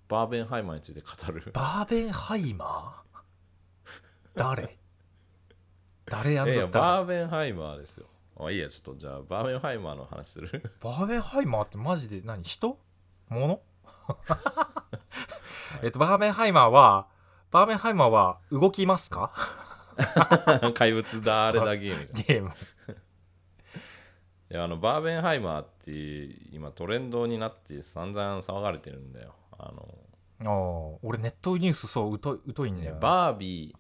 バーベンハイマーについて語る。 バーベンハイマー誰いやいや、 誰バーベンハイマーですよ。いいや、ちょっとじゃあバーベンハイマーの話する。 バーベンハイマーってマジで何人物バーベンハイマーは動きますか？ 怪物だあれだゲームじゃん。いゲーム。 や、バーベンハイマーって今トレンドになって散々騒がれてるんだよ。 俺ネットニュースそう疎いんだよ、ね、 バービー、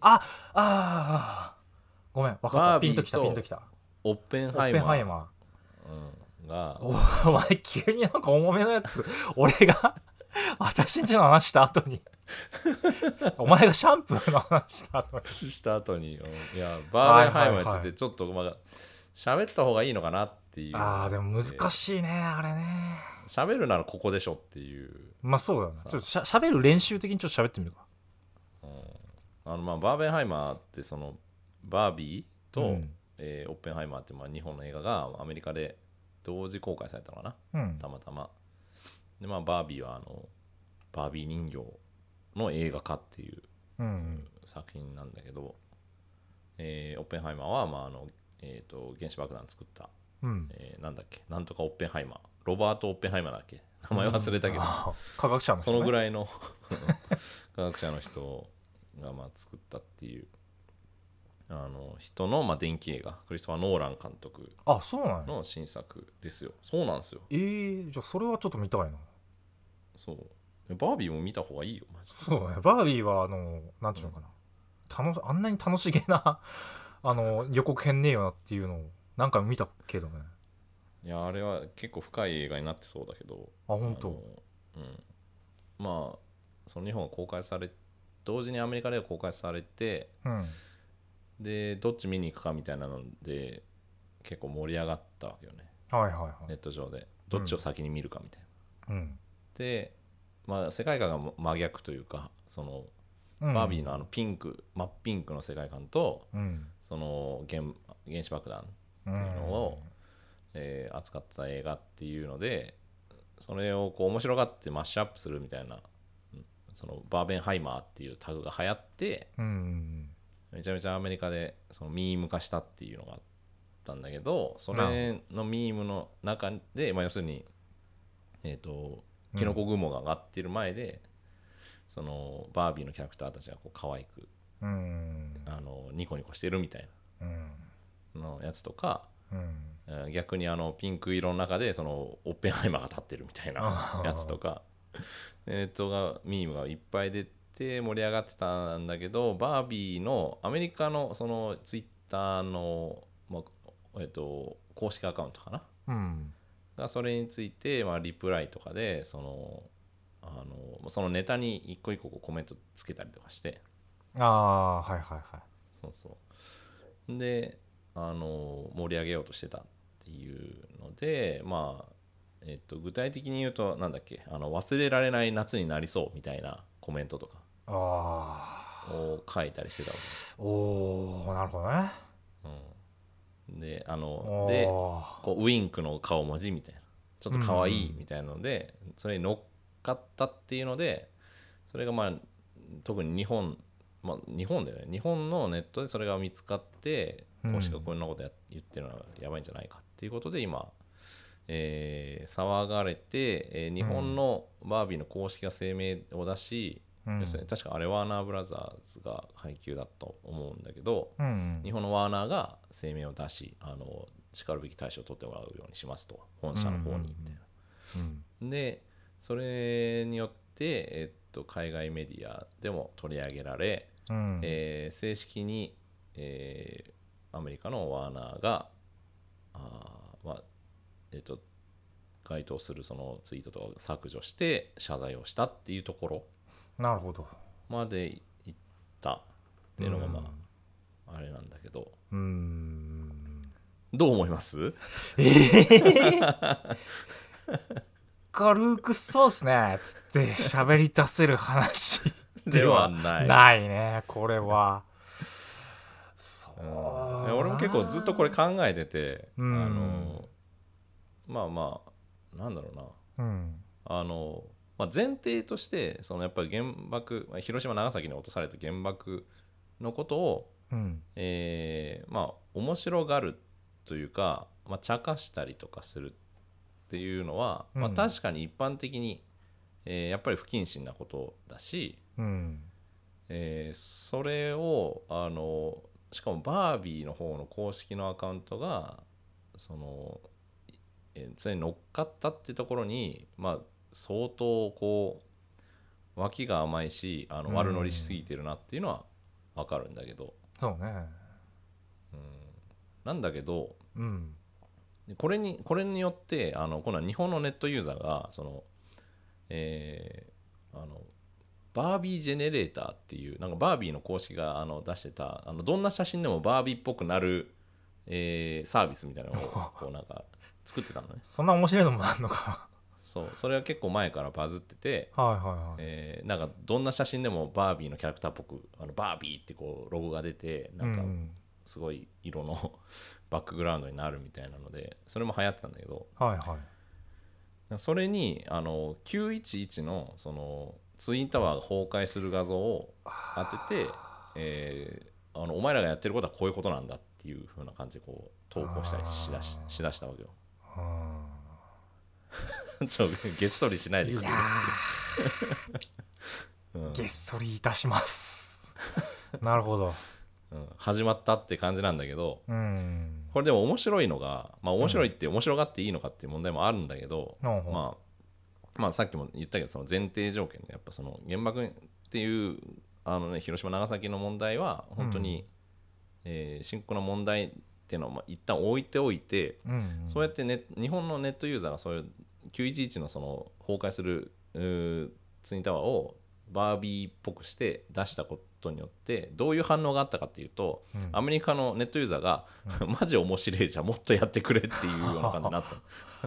ごめん分かった。 バービーピンときたオッペンオッペンハイマー、 ハイマが、 ー。お前急になんか重めのやつ俺が私んちの話した後にお前がシャンプーの話した後にいや、バーベンハイマーについてちょっと喋った方がいいのかなっていう。 でも難しいね、あれね。 喋るならここでしょっていう。 まあそうだね。ちょっと喋る練習的にちょっと喋ってみるか。 バーベンハイマーってそのバービーと、オうんッペンハイマーって日本の映画がアメリカで同時公開されたのかな、たまたま。でバービーはバービー人形の映画化っていう作品なんだけど、オッペンハイマーは、原子爆弾作った、なんだっけ、なんとかオッペンハイマー、ロバート・オッペンハイマーだっけ、名前忘れたけど、 科学者の人、ね、 そのぐらいの科学者の人が作ったっていう人の電気映画、クリストファー・ノーラン監督そうなんの新作ですよ。そうなんですよ。 じゃあそれはちょっと見たいな。 そうバービーも見た方がいいよマジで。 そうね、バービーはなんていうのかな、あんなに楽しげな予告編ねえよなっていうのを何回も見たけどね。 いやあれは結構深い映画になってそうだけど、 本当。 その日本が公開され同時にアメリカでは公開されて、でどっち見に行くかみたいなので結構盛り上がったわけよね、ネット上でどっちを先に見るかみたいな、で、世界観が真逆というか、そのバービーの真っピンクの世界観と、その原子爆弾っていうのを、扱った映画っていうので、それを面白がってマッシュアップするみたいな、そのバーベンハイマーっていうタグが流行って、めちゃめちゃアメリカでそのミーム化したっていうのがあったんだけど、それのミームの中で、要するにキノコ雲が上がってる前で、そのバービーのキャラクターたちが可愛く、ニコニコしてるみたいなのやつとか、逆にピンク色の中でそのオッペンハイマーが立ってるみたいなやつとかミームがいっぱい出て盛り上がってたんだけど、バービーのアメリカのそのツイッターの、公式アカウントかな、がそれについて、リプライとかでそのネタに一個一個コメントつけたりとかして、そうで盛り上げようとしてたっていうので、具体的に言うとなんだっけ、忘れられない夏になりそうみたいなコメントとかを書いたりしてたわけ。 なるほどね。 でウインクの顔文字みたいな、ちょっと可愛いみたいなので、それに乗っかったっていうので、それが特に日本だよね、日本のネットでそれが見つかって、公式がこんなこと言ってるのはやばいんじゃないかっていうことで今、騒がれて、日本のバービーの公式が声明を出し、要するに確かあれワーナーブラザーズが配給だと思うんだけど、日本のワーナーが声明を出し、しかるべき対処を取ってもらうようにしますと、本社の方にみたいな、でそれによって、海外メディアでも取り上げられ、正式に、アメリカのワーナーが該当するそのツイートとかを削除して謝罪をしたっていうところなるほどまでいったっていうのがあれなんだけど、どう思います？ 軽くそうっすねつって喋り出せる話ではないないねこれは。 俺も結構ずっとこれ考えてて、なんだろうな、 まあ、前提としてそのやっぱり原爆、広島長崎に落とされた原爆のことを、まあ面白がるというか、まあ、茶化したりとかするっていうのは、まあ、確かに一般的に、やっぱり不謹慎なことだし、それをしかもバービーの方の公式のアカウントがその、常に乗っかったっていうところに、まあ、相当こう脇が甘いし悪乗りしすぎてるなっていうのは分かるんだけど、 そうね、 なんだけど、これによって今度は日本のネットユーザーがその、バービージェネレーターっていうなんかバービーの公式が出してたどんな写真でもバービーっぽくなる、サービスみたいなのをこうなんか作ってたのね。 そんな面白いのもあるのか。 そうそれは結構前からバズってて、なんかどんな写真でもバービーのキャラクターっぽくバービーってこうロゴが出てなんかすごい色のバックグラウンドになるみたいなのでそれも流行ってたんだけど、それに911のそのツインタワーが崩壊する画像を当てて、お前らがやってることはこういうことなんだっていう風な感じでこう投稿したりしだしたわけよ。げっそりしないでくれ。いやげっそりいたしますなるほど、 始まったって感じなんだけど、これでも面白いのが、まあ、面白いって面白がっていいのかっていう問題もあるんだけど、まあさっきも言ったけどその前提条件でやっぱその原爆っていう広島長崎の問題は本当に、深刻な問題っていうのを一旦置いておいて、そうやって、日本のネットユーザーがそういう911のその崩壊するツインタワーをバービーっぽくして出したことによってどういう反応があったかっていうと、アメリカのネットユーザーが、マジ面白いじゃんもっとやってくれっていうような感じになった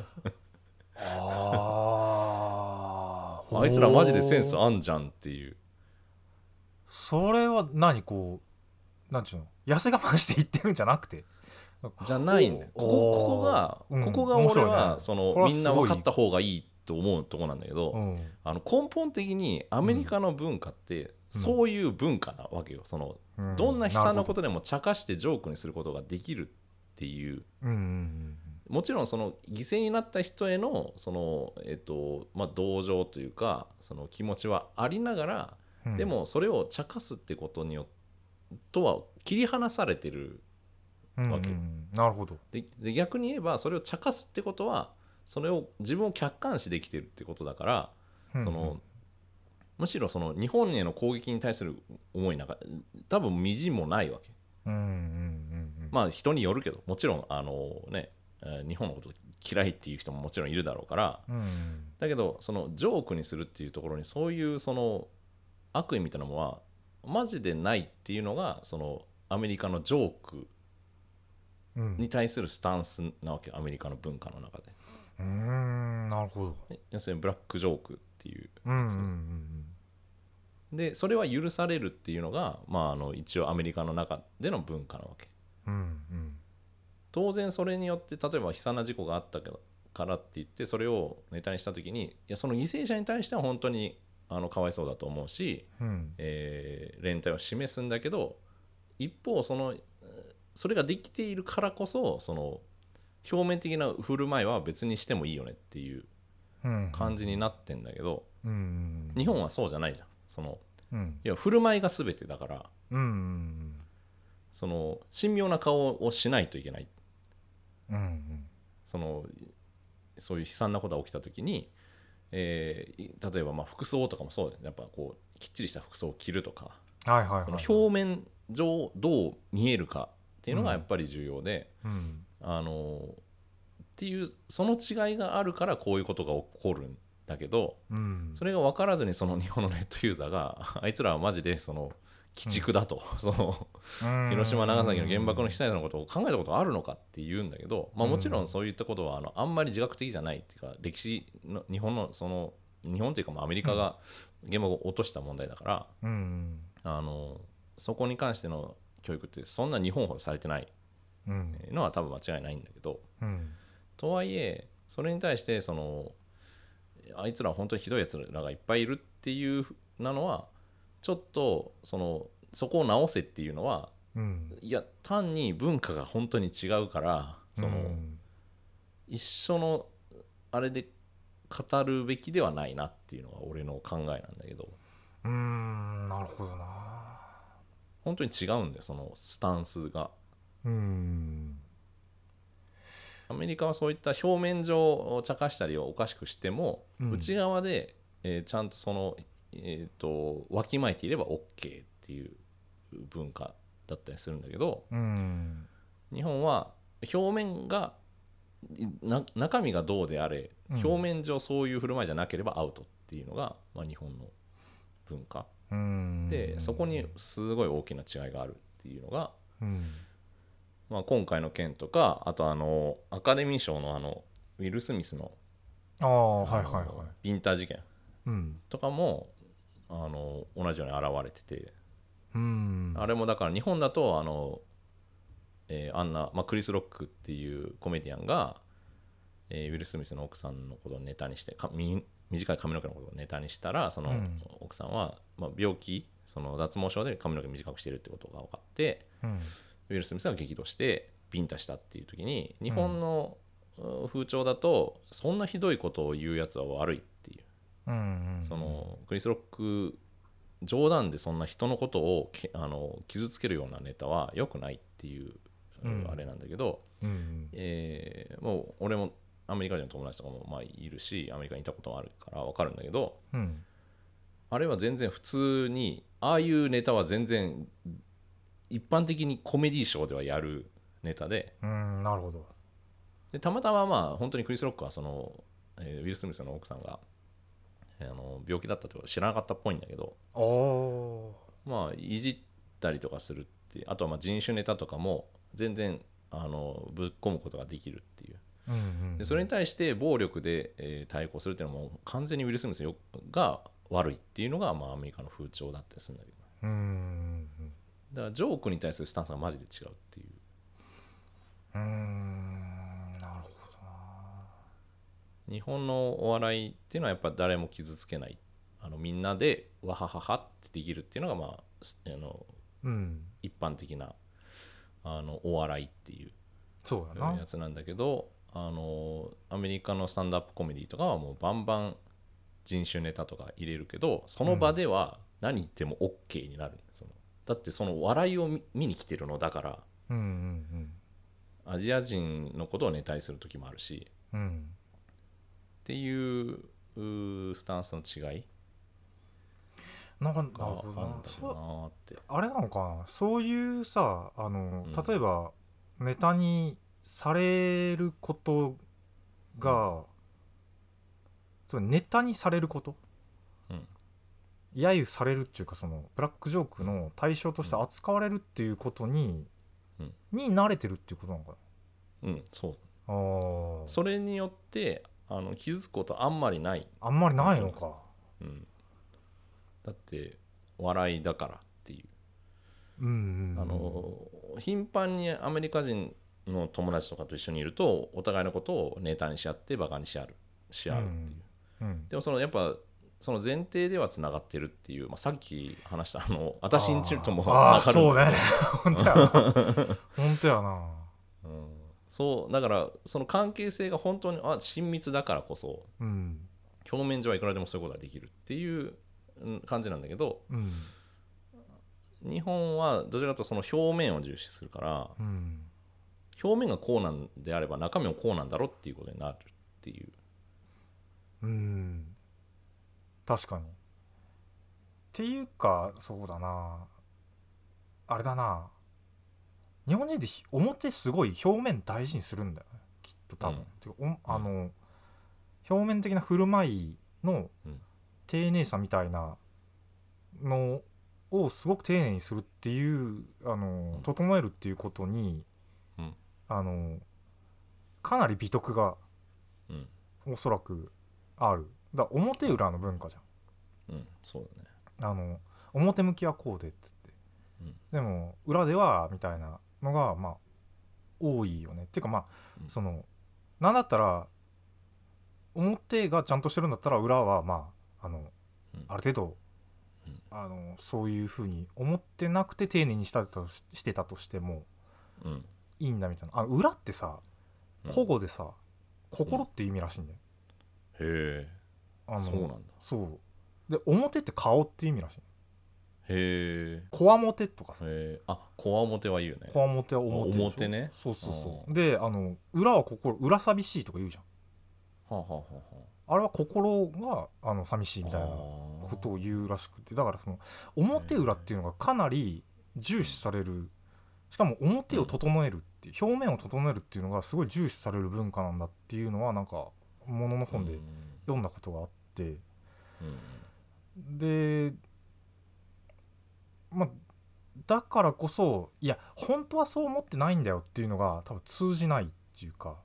あいつらマジでセンスあんじゃんっていう。 それは何こうなんちゅうの痩せ我慢して言ってるんじゃなくてじゃないんだよ。ここが俺は、そのみんな分かった方がいいと思うとこなんだけど、根本的にアメリカの文化ってそういう文化なわけよ。そのどんな悲惨なことでも茶化してジョークにすることができるっていう、もちろんその犠牲になった人へのその、まあ、同情というかその気持ちはありながら、でもそれを茶化すってことによってとは切り離されてるわけ。 なるほど。 で逆に言えばそれを茶化すってことはそれを自分を客観視できてるってことだから、そのむしろその日本への攻撃に対する思いなんか多分みじんもないわけ。まあ人によるけどもちろん日本のこと嫌いっていう人ももちろんいるだろうから、だけどそのジョークにするっていうところにそういうその悪意みたいなものはマジでないっていうのがそのアメリカのジョークに対するスタンスなわけよ、アメリカの文化の中で。 なるほど。 要するにブラックジョークっていうやつ、でそれは許されるっていうのが、まあ、一応アメリカの中での文化なわけ、当然それによって例えば悲惨な事故があったからって言ってそれをネタにした時にいやその犠牲者に対しては本当にかわいそうだと思うし、連帯を示すんだけど一方それができているからこそその表面的な振る舞いは別にしてもいいよねっていう感じになってんだけど、日本はそうじゃないじゃん。その、いや振る舞いが全てだから、その神妙な顔をしないといけない、そういう悲惨なことが起きた時に、例えばまあ服装とかもそうだよね。やっぱこうきっちりした服装を着るとか、その表面上どう見えるかっていうのがやっぱり重要で、っていうその違いがあるからこういうことが起こるんだけど、それが分からずにその日本のネットユーザーがあいつらはマジでその鬼畜だと、その広島長崎の原爆の被災者のことを考えたことあるのかって言うんだけど、まあ、もちろんそういったことはあんまり自覚的じゃないっていうか、歴史の日本のその日本というかアメリカが原爆を落とした問題だから、そこに関しての教育ってそんな日本ほどされてないのは多分間違いないんだけど、とはいえそれに対してそのあいつらは本当にひどいやつらがいっぱいいるっていうなのはちょっとそこを直せっていうのは、いや単に文化が本当に違うから一緒のあれで語るべきではないなっていうのが俺の考えなんだけど。 なるほどな。 本当に違うんだよそのスタンスが。アメリカはそういった表面上茶化したりをおかしくしても、内側で、ちゃんとわきまえていれば OK っていう文化だったりするんだけど、日本は表面が中身がどうであれ、表面上そういう振る舞いじゃなければアウトっていうのが、日本の文化で、そこにすごい大きな違いがあるっていうのが、今回の件とか、あとアカデミー賞のウィル・スミスのビンタ事件とかも、同じように現れてて、あれもだから日本だとクリス・ロックっていうコメディアンが、ウィル・スミスの奥さんのことをネタにして短い髪の毛のことをネタにしたら、その奥さんは、病気脱毛症で髪の毛短くしてるってことが分かって、ウィル・スミスが激怒してビンタしたっていう時に、日本の風潮だとそんなひどいことを言うやつは悪いっていう、クリス・ロック冗談でそんな人のことを傷つけるようなネタは良くないっていう、あれなんだけど、もう俺もアメリカ人の友達とかもいるし、アメリカにいたこともあるから分かるんだけど、あれは全然普通にああいうネタは全然一般的にコメディーショーではやるネタで、 なるほど。 でたまたま本当にクリス・ロックはウィル・スミスの奥さんが病気だったってこと知らなかったっぽいんだけど、いじったりとかするって、あとは人種ネタとかも全然ぶっ込むことができるっていう、でそれに対して暴力で、対抗するっていうのも完全にウィル・スミスが悪いっていうのが、アメリカの風潮だったりするんだけど、だからジョークに対するスタンスがマジで違うっていう。 なるほどな。 日本のお笑いっていうのはやっぱ誰も傷つけない、みんなでわはははってできるっていうのが一般的なお笑いっていうやつなんだけど、アメリカのスタンドアップコメディとかはもうバンバン人種ネタとか入れるけど、その場では何言っても OK になる、だってその笑いを見に来てるのだから、アジア人のことをネタにする時もあるし、っていうスタンスの違いなんかなるほどな。あれなのかな、そういうさ例えばネタにされることが、ネタにされること、揶揄されるっていうか、ブラックジョークの対象として扱われるっていうことに慣れてるっていうことなのかな。 そう。それによって傷つくことあんまりないのか。 だって笑いだからっていう、頻繁にアメリカ人の友達とかと一緒にいるとお互いのことをネタにし合ってバカにし合うっていう、でもやっぱその前提ではつながってるっていう、さっき話した私んちともつながる。 そうね本当やな、 そうだからその関係性が本当に親密だからこそ、表面上はいくらでもそういうことができるっていう感じなんだけど、日本はどちらかというとその表面を重視するから、表面がこうなんであれば中身もこうなんだろっていうことになるっていう。 確かに。っていうか、そうだな、あれだな、日本人って表すごい表面大事にするんだよね、きっと多分、表面的な振る舞いの丁寧さみたいなのをすごく丁寧にするっていう整えるっていうことに、かなり美徳がおそらくある。だから表裏の文化じゃん。 そうだね。 表向きはこうでっつって、でも裏ではみたいなのが多いよね。っていうかなんだったら表がちゃんとしてるんだったら裏はまあある程度そういう風に思ってなくて丁寧にしてたとしてもいいんだみたいな。裏ってさ古語でさ、心って意味らしいんだよ。 へえ。そうなんだ。 そうで、表って顔って意味らしい。 へえ。 こわもてとかさ。 こわもてはいいよね。 こわもては表ね。 そうそうそう。で裏は心、裏寂しいとか言うじゃん。あれは心が寂しいみたいなことを言うらしくて、だからその表裏っていうのがかなり重視される。しかも表を整えるっていう、表面を整えるっていうのがすごい重視される文化なんだっていうのはなんかものの本で読んだことがあって、でまあだからこそ、いや本当はそう思ってないんだよっていうのが多分通じないっていうか、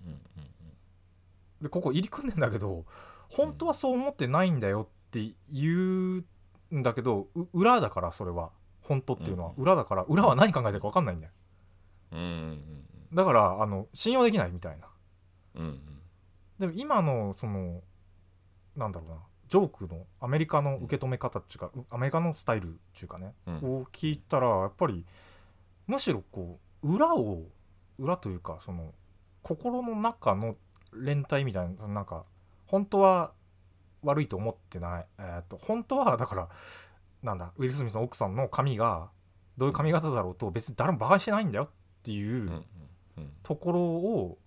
でここ入り組んでんだけど、本当はそう思ってないんだよって言うんだけど、裏だから、それは本当っていうのは裏だから、裏は何考えてるか分かんないんだよ。だから信用できないみたいな。でも今のそのなんだろうな、ジョークのアメリカの受け止め方っていうか、アメリカのスタイルっていうかね、を聞いたらやっぱりむしろこう裏というか、その心の中の連帯みたいな、なんか本当は悪いと思ってない、本当はだからなんだ、ウィル・スミスの奥さんの髪がどういう髪型だろうと別に誰もバカにしてないんだよっていうところを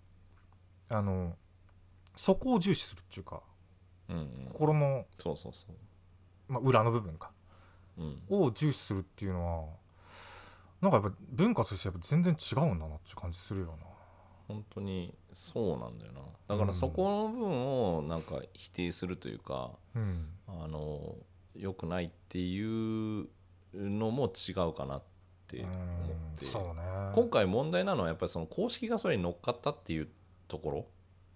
そこを重視するっていうか、心の裏の部分か、を重視するっていうのはなんかやっぱ文化としてやっぱ全然違うんだなっていう感じするよな。 本当にそうなんだよな。だからそこの部分をなんか否定するというか、良くないっていうのも違うかなって思って、 そうね、 今回問題なのはやっぱりその公式がそれに乗っかったっていうところ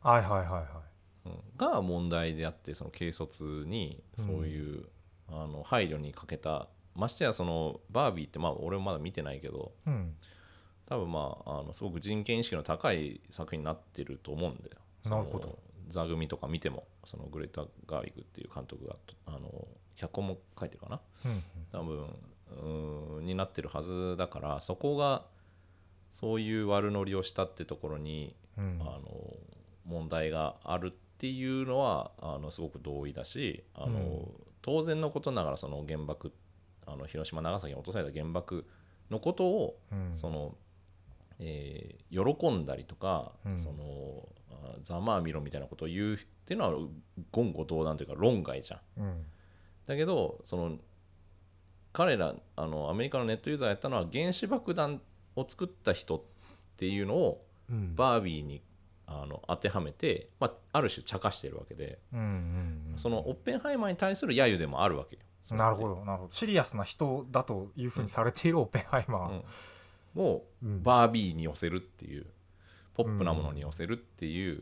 が問題であって、その軽率にそういう、配慮に欠けた、ましてやそのバービーって、まあ俺もまだ見てないけど、多分まあすごく人権意識の高い作品になってると思うんだよ。 なるほど。 座組とか見ても、そのグレタ・ガーウィグっていう監督が脚本も書いてるかな、多分になってるはずだから、そこがそういう悪乗りをしたってところに、問題があるっていうのはすごく同意だし、当然のことながらその原爆、広島長崎に落とされた原爆のことを、その喜んだりとか、そのざまあみろみたいなことを言うっていうのは言語道断というか論外じゃん、だけどその彼らアメリカのネットユーザーやったのは原子爆弾を作った人っていうのをバービーに当てはめて、ある種茶化してるわけで、そのオッペンハイマーに対する揶揄でもあるわけよ。 なるほどなるほど。シリアスな人だというふうにされているオッペンハイマーをバービーに寄せるっていう、ポップなものに寄せるっていう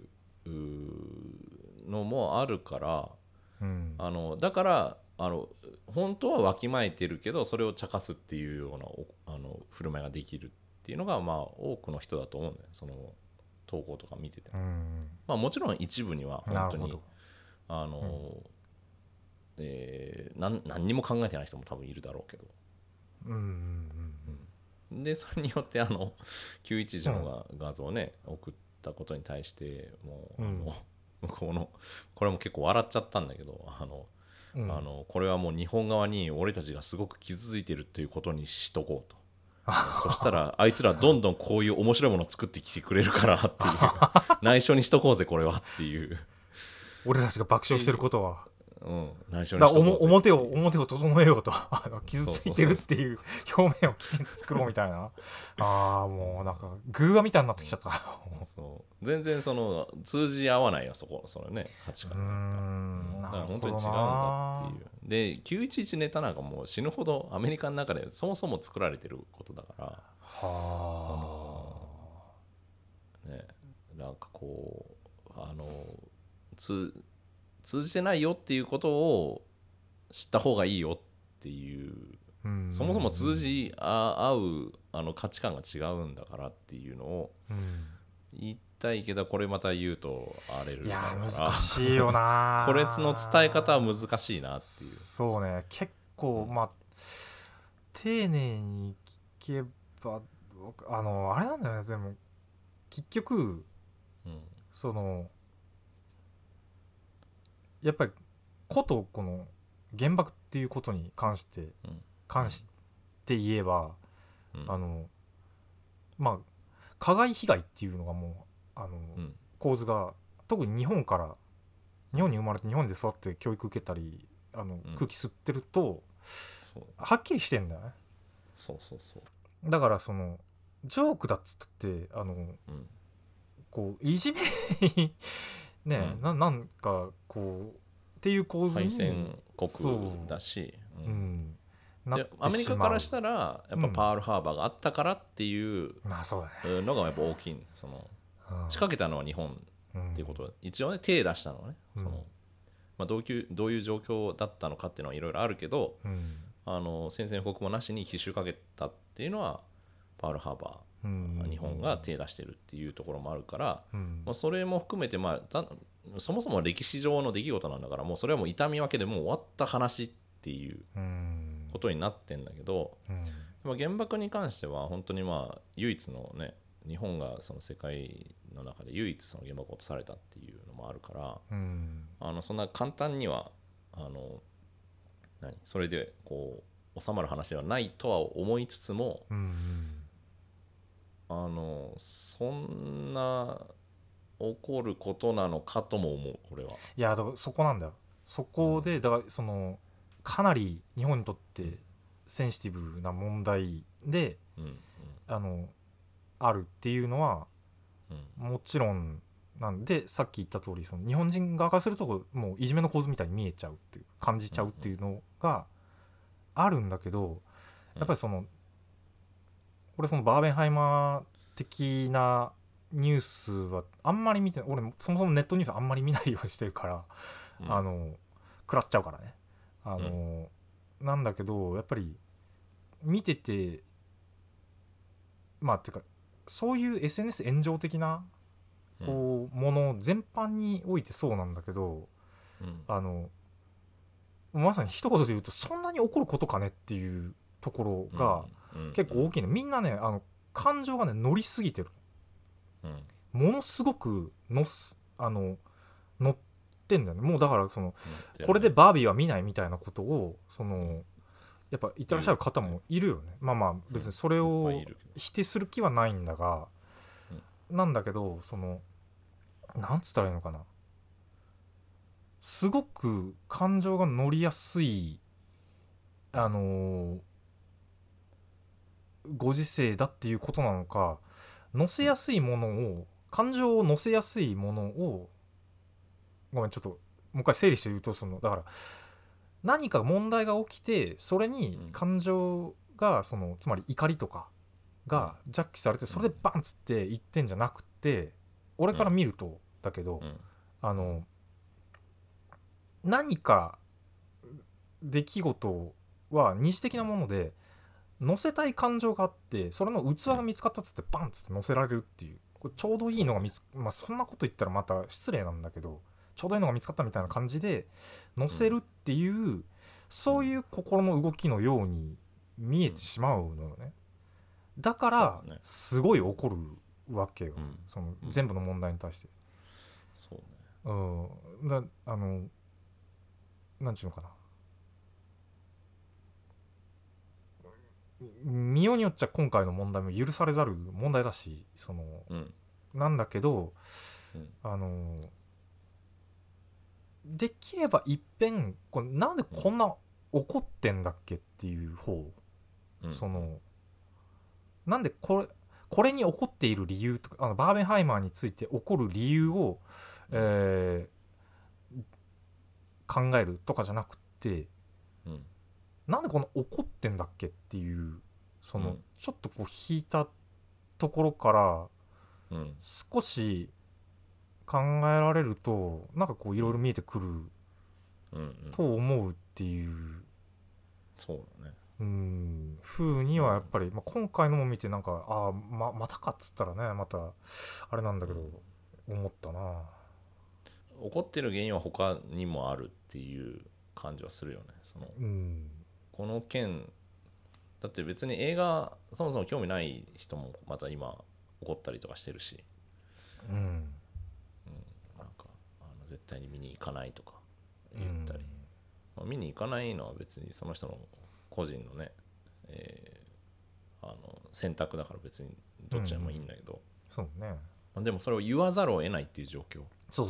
のもあるから、だから本当はわきまえてるけどそれを茶化すっていうような振る舞いができるっていうのがまあ多くの人だと思うんだよ、その投稿とか見てても。もちろん一部には本当に何にも考えてない人も多分いるだろうけど、でそれによって911の画像をね送ったことに対してもう、向こうのこれも結構笑っちゃったんだけど、これはもう日本側に俺たちがすごく傷ついてるということにしとこうとそしたらあいつらどんどんこういう面白いものを作ってきてくれるからっていう内緒にしとこうぜこれはっていう俺たちが爆笑してることは内緒にしとこうぜ表を整えようと傷ついてるっていう表面をきちんと作ろうみたいなもうなんか偶話みたいになってきちゃったそう全然その通じ合わないよそのね価値観だから本当に違うんだっていうで911ネタなんかもう死ぬほどアメリカの中でそもそも作られてることだからなんかこう通じてないよっていうことを知った方がいいよっていう、そもそも通じ合う価値観が違うんだからっていうのを言いたいけどこれまた言うと荒れるから。 いや難しいよなこれの伝え方は難しいなっていう。 そうね、結構、まあ丁寧に聞けばあれなんだよね。でも結局、そのやっぱりことこの原爆っていうことに関して言えば、まあ加害被害っていうのがもう構図が特に日本に生まれて日本で育って教育受けたり空気吸ってるとはっきりしてんだよね。 そうだからそのジョークだっつってこういじめにね、なんかこうっていう構図に敗戦国だし、でアメリカからしたらやっぱパールハーバーがあったからっていうのがやっぱ大きい。その仕掛けたのは日本っていうことは一応ね手出したのはね、そのどういう状況だったのかっていうのはいろいろあるけど、宣戦布告もなしに奇襲かけたっていうのはパールハーバー、日本が手出してるっていうところもあるから、それも含めてそもそも歴史上の出来事なんだから、もうそれはもう痛み分けでもう終わった話っていうことになってんだけど、原爆に関しては本当に唯一のね、日本がその世界の中で唯一その原爆を落とされたっていうのもあるから、そんな簡単にはそれでこう収まる話ではないとは思いつつも、そんな起こることなのかとも思う俺は。 いやだからそこなんだよ。そこでだからそのかなり日本にとってセンシティブな問題で、あるっていうのはもちろんなんで、さっき言った通りその日本人側からするともういじめの構図みたいに見えちゃうっていう感じちゃうっていうのがあるんだけど、やっぱりその俺そのバーベンハイマー的なニュースはあんまり見てない。俺そもそもネットニュースあんまり見ないようにしてるから、食らっちゃうからね。なんだけどやっぱり見てててかそういう SNS 炎上的なこうもの全般においてそうなんだけど、まさに一言で言うとそんなに起こることかねっていうところが結構大きいね。みんなね感情がね乗りすぎてる、ものすごく乗ってんだよね。もうだからそのこれでバービーは見ないみたいなことをそのやっぱ言ってらっしゃる方もいるよね。別にそれを否定する気はないんだが、なんだけどそのなんつったらいいのかな、すごく感情が乗りやすいご時世だっていうことなのか、乗せやすいものを感情を乗せやすいものをごめんちょっともう一回整理して言うと、そのだから何か問題が起きてそれに感情がそのつまり怒りとかがジャッキされてそれでバンっつって言ってんじゃなくて、俺から見るとだけど何か出来事は二次的なもので乗せたい感情があってそれの器が見つかったっつってバンっつって乗せられるっていう、これちょうどいいのがそんなこと言ったらまた失礼なんだけどちょうどいいのが見つかったみたいな感じで乗せるっていう、そういう心の動きのように見えてしまうのよね。だからすごい怒るわけよ、その全部の問題に対して。そうね。なんちゅうのかな、見ようによっちゃ今回の問題も許されざる問題だしその、なんだけど、できれば一遍これなんでこんな怒ってんだっけっていう方、そのなんでこれに怒っている理由とかバーベンハイマーについて怒る理由を、考えるとかじゃなくて、なんでこんな怒ってんだっけっていうその、ちょっとこう引いたところから、少し考えられるとなんかこういろいろ見えてくると思うっていう。 そうだね。 風にはやっぱり、まあ、今回のも見てなんかまたかっつったらねまたあれなんだけど、思ったな。 怒ってる原因は他にもあるっていう感じはするよね。この件だって別に映画そもそも興味ない人もまた今怒ったりとかしてるし、なんか絶対に見に行かないとか言ったり、まあ、見に行かないのは別にその人の個人のね、選択だから別にどっちでもいいんだけど、 そうね。 でもそれを言わざるを得ないっていう状況。 そう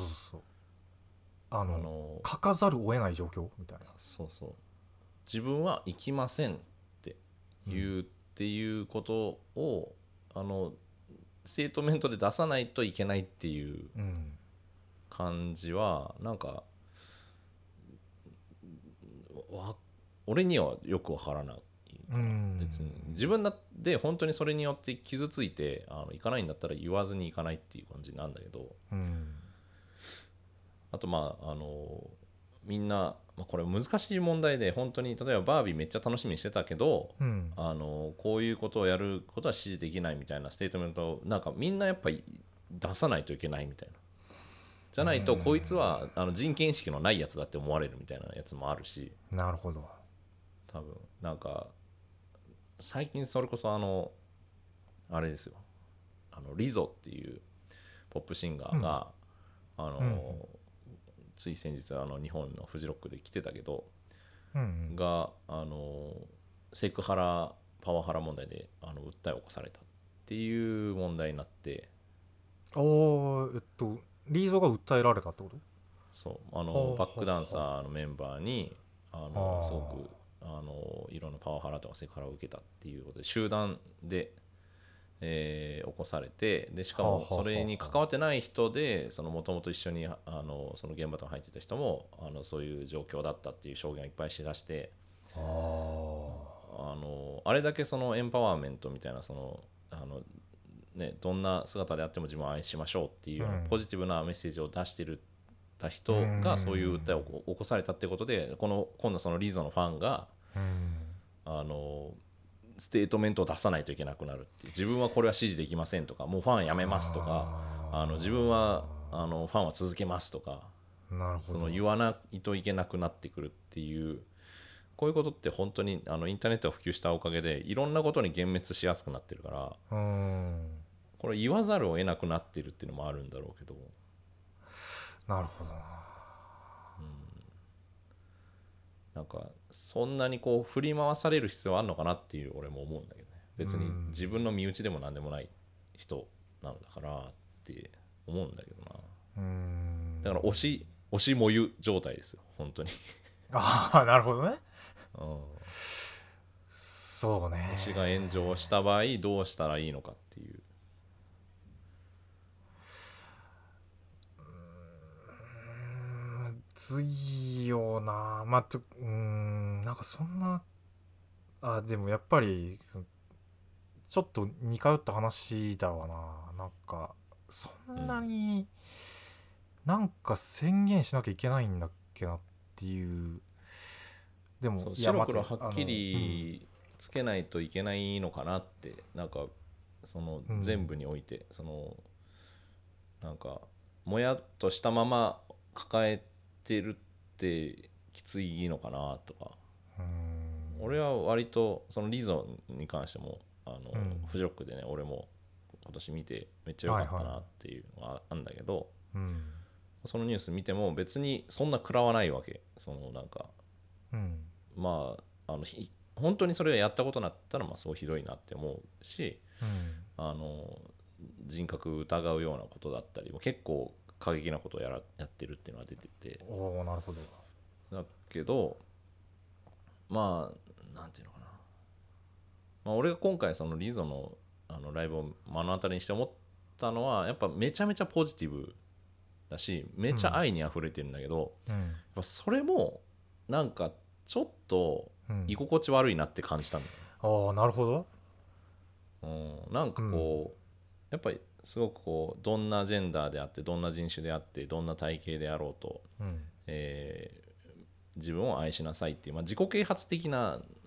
書かざるを得ない状況みたいな。 そう自分は行きませんって言うっていうことを、ステートメントで出さないといけないっていう感じはなんか俺にはよくわからない。別に自分だって本当にそれによって傷ついて行かないんだったら言わずに行かないっていう感じなんだけど、あとまあみんな、まあ、これ難しい問題で本当に例えばバービーめっちゃ楽しみにしてたけど、こういうことをやることは支持できないみたいなステートメントをなんかみんなやっぱり出さないといけないみたいな。じゃないとこいつは人権意識のないやつだって思われるみたいなやつもあるし。 なるほど。 多分なんか最近それこそあれですよ、リゾっていうポップシンガーが、つい先日日本のフジロックで来てたけど、がセクハラパワハラ問題で訴えを起こされたっていう問題になって、 リーゾが訴えられたってこと？ そうバックダンサーのメンバーにすごくいろんなパワハラとかセクハラを受けたっていうことで集団で、起こされて、でしかもそれに関わってない人でもともと一緒にその現場とか入ってた人もそういう状況だったっていう証言をいっぱいしだして、あれだけそのエンパワーメントみたいなどんな姿であっても自分を愛しましょうっていうポジティブなメッセージを出してる人がそういう訴えを起こされたってことで、今度そのリゾのファンがステートメントを出さないといけなくなるっていう、自分はこれは支持できませんとか、もうファンやめますとか、自分はファンは続けますとか、言わないといけなくなってくるっていう、こういうことって本当にインターネットが普及したおかげでいろんなことに幻滅しやすくなってるから、これ言わざるを得なくなってるっていうのもあるんだろうけど。 なるほどな。 なんかそんなにこう振り回される必要あるのかなっていう俺も思うんだけどね。別に自分の身内でも何でもない人なのだからって思うんだけどな。だから押しもゆ状態ですよ本当に。 なるほどね。そうね。 推しが炎上した場合どうしたらいいのかっていう。 ついよな。なんかそんなでもやっぱりちょっと似通った話だわな。なんかそんなになんか宣言しなきゃいけないんだっけなっていう。でも白黒はっきりつけないといけないのかなって、なんか全部においてなんかもやっとしたまま抱えてるってきついのかなとか。俺は割とそのリゾに関してもフジロックでね俺も今年見てめっちゃ良かったなっていうのがあるんだけど、そのニュース見ても別にそんな食らわないわけ。なんか、まあ本当にそれをやったことになったらそうひどいなって思うし、人格疑うようなことだったりも結構過激なことをやってるっていうのが出てて。 なるほど。 だけどなんていうのかな、俺が今回そのリゾのライブを目の当たりにして思ったのはやっぱめちゃめちゃポジティブだしめちゃ愛にあふれてるんだけど、やっぱそれもなんかちょっと居心地悪いなって感じたんだよ。なるほど。 なんかこう、やっぱりすごくこうどんなジェンダーであってどんな人種であってどんな体型であろうと、自分を愛しなさいっていう、自己啓発的な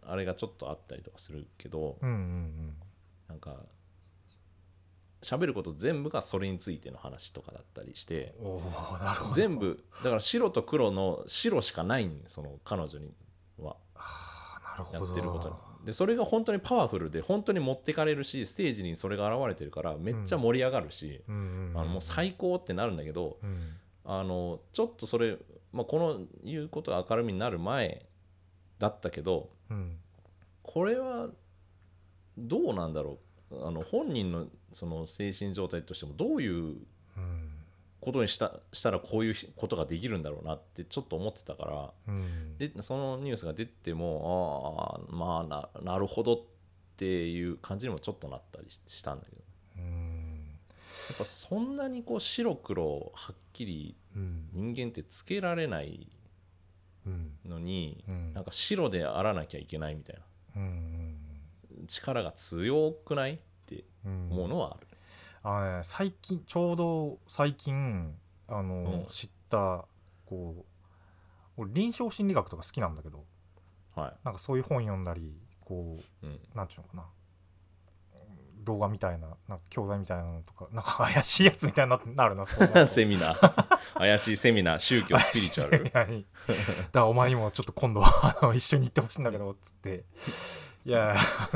あれがちょっとあったりとかするけど、なんか喋ること全部がそれについての話とかだったりして、全部だから白と黒の白しかないん、その彼女にはやってることにで、それが本当にパワフルで本当に持ってかれるし、ステージにそれが現れてるからめっちゃ盛り上がるし、もう最高ってなるんだけど、ちょっとそれ、この言うことが明るみになる前だったけど、これはどうなんだろう、本人のその精神状態としてもどういうことにしたらこういうことができるんだろうなってちょっと思ってたから、でそのニュースが出てもなるほどっていう感じにもちょっとなったりしたんだけど、やっぱそんなにこう白黒はっきり人間ってつけられないのに、なんか白であらなきゃいけないみたいな、力が強くないって思うのはある。 ちょうど最近知ったこう、俺臨床心理学とか好きなんだけど、なんかそういう本読んだりこう、なんていうのかな、動画みたいな、なんか教材みたいなのとか、なんか怪しいやつみたいになるなセミナー怪しいセミナー、宗教スピリチュアルだからお前にもちょっっと今度一緒に行ってほしいんだけどつって、いや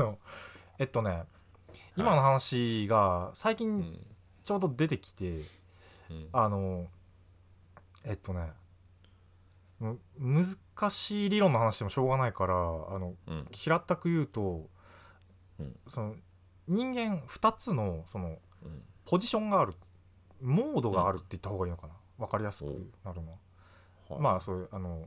今の話が最近ちょうど出てきて、難しい理論の話でもしょうがないから平たく言うと、その人間2つのそのポジションがある、モードがあるって言った方がいいのかな、分かりやすくなるのは、そういう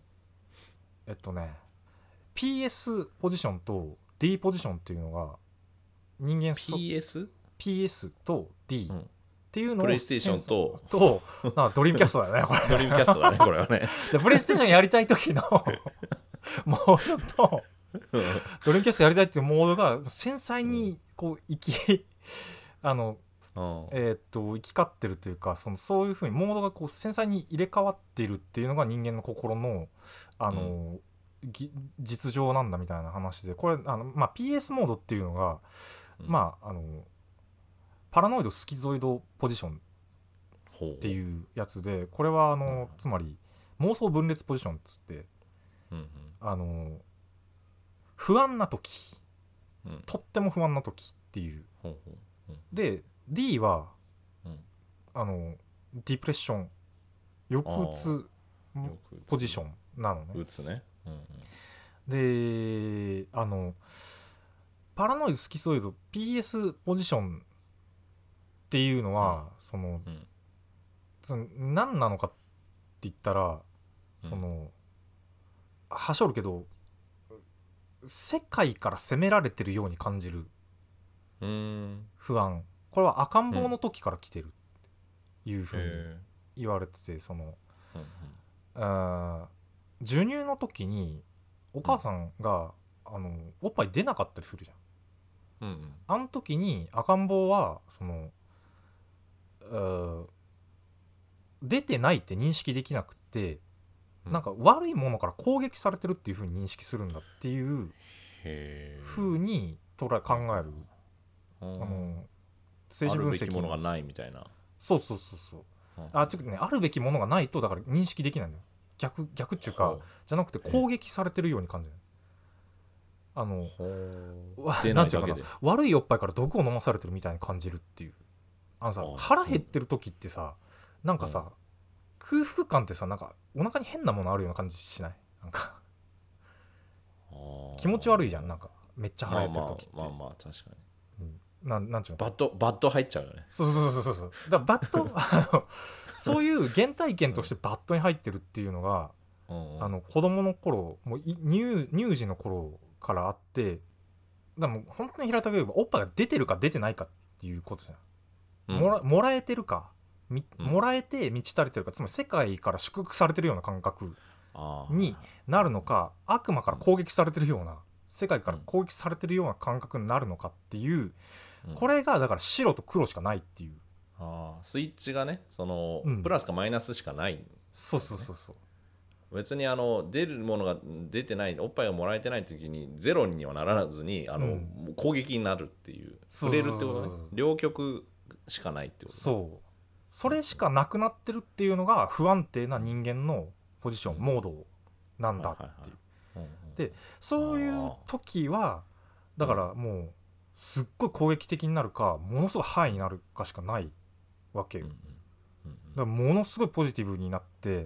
PS ポジションと D ポジションっていうのが人間PS と D、っていうのをプレイステーションとドリームキャストだよねこれドリームキャストだねこれはねでプレイステーションやりたい時のモードとドリームキャストやりたいっていうモードが繊細にこう生き交ってるというか、そういう風にモードがこう繊細に入れ替わっているっていうのが人間の心の実情なんだみたいな話で、これPS モードっていうのが、パラノイドスキゾイドポジションっていうやつで、これはつまり妄想分裂ポジションっつって、不安な時、とっても不安な時っていう、で D はディプレッション、抑うつポジションなのね。 うつね、 でパラノイドスキゾイド PS ポジションっていうのは、その何なのかって言ったら、はしょるけど世界から責められてるように感じる不安、これは赤ん坊の時から来てるっていうふうに言われてて、授乳の時にお母さんがおっぱい出なかったりするじゃん、あの時に赤ん坊は出てないって認識できなくて、なんか悪いものから攻撃されてるっていう風に認識するんだっていう風に考える、精神分析、 あるべきものがないみたいな。 そう、ちょっとね、あるべきものがないとだから認識できないんだよ。逆っていうかじゃなくて攻撃されてるように感じる。なんていうかな、悪いおっぱいから毒を飲まされてるみたいに感じるっていう。腹減ってる時ってさ、なんかさ、空腹感ってさ、なんかお腹に変なものあるような感じしない？なんか気持ち悪いじゃん、なんかめっちゃ腹減ってる時って。 確かに。 なんちゅうの、 バッド入っちゃうよね。 そうだからバッドそういう原体験としてバッドに入ってるっていうのが、子供の頃、もう乳児の頃からあって、だからもう本当に平たく言えばおっぱいが出てるか出てないかっていうことじゃん。もらえてるか、もらえて満ち足りてるか、つまり世界から祝福されてるような感覚になるのか、悪魔から攻撃されてるような、世界から攻撃されてるような感覚になるのかっていう、これがだから白と黒しかないっていう、 スイッチがね、プラスかマイナスしかない、 そう別に出るものが出てない、おっぱいがもらえてない時にゼロにはならずに攻撃になるっていう、触れるってことね。両極しかないってことね。 そう、それしかなくなってるっていうのが不安定な人間のポジション、モードなんだっていう。でそういう時はだからもうすっごい攻撃的になるかものすごいハイになるかしかないわけよ。だからものすごいポジティブになって、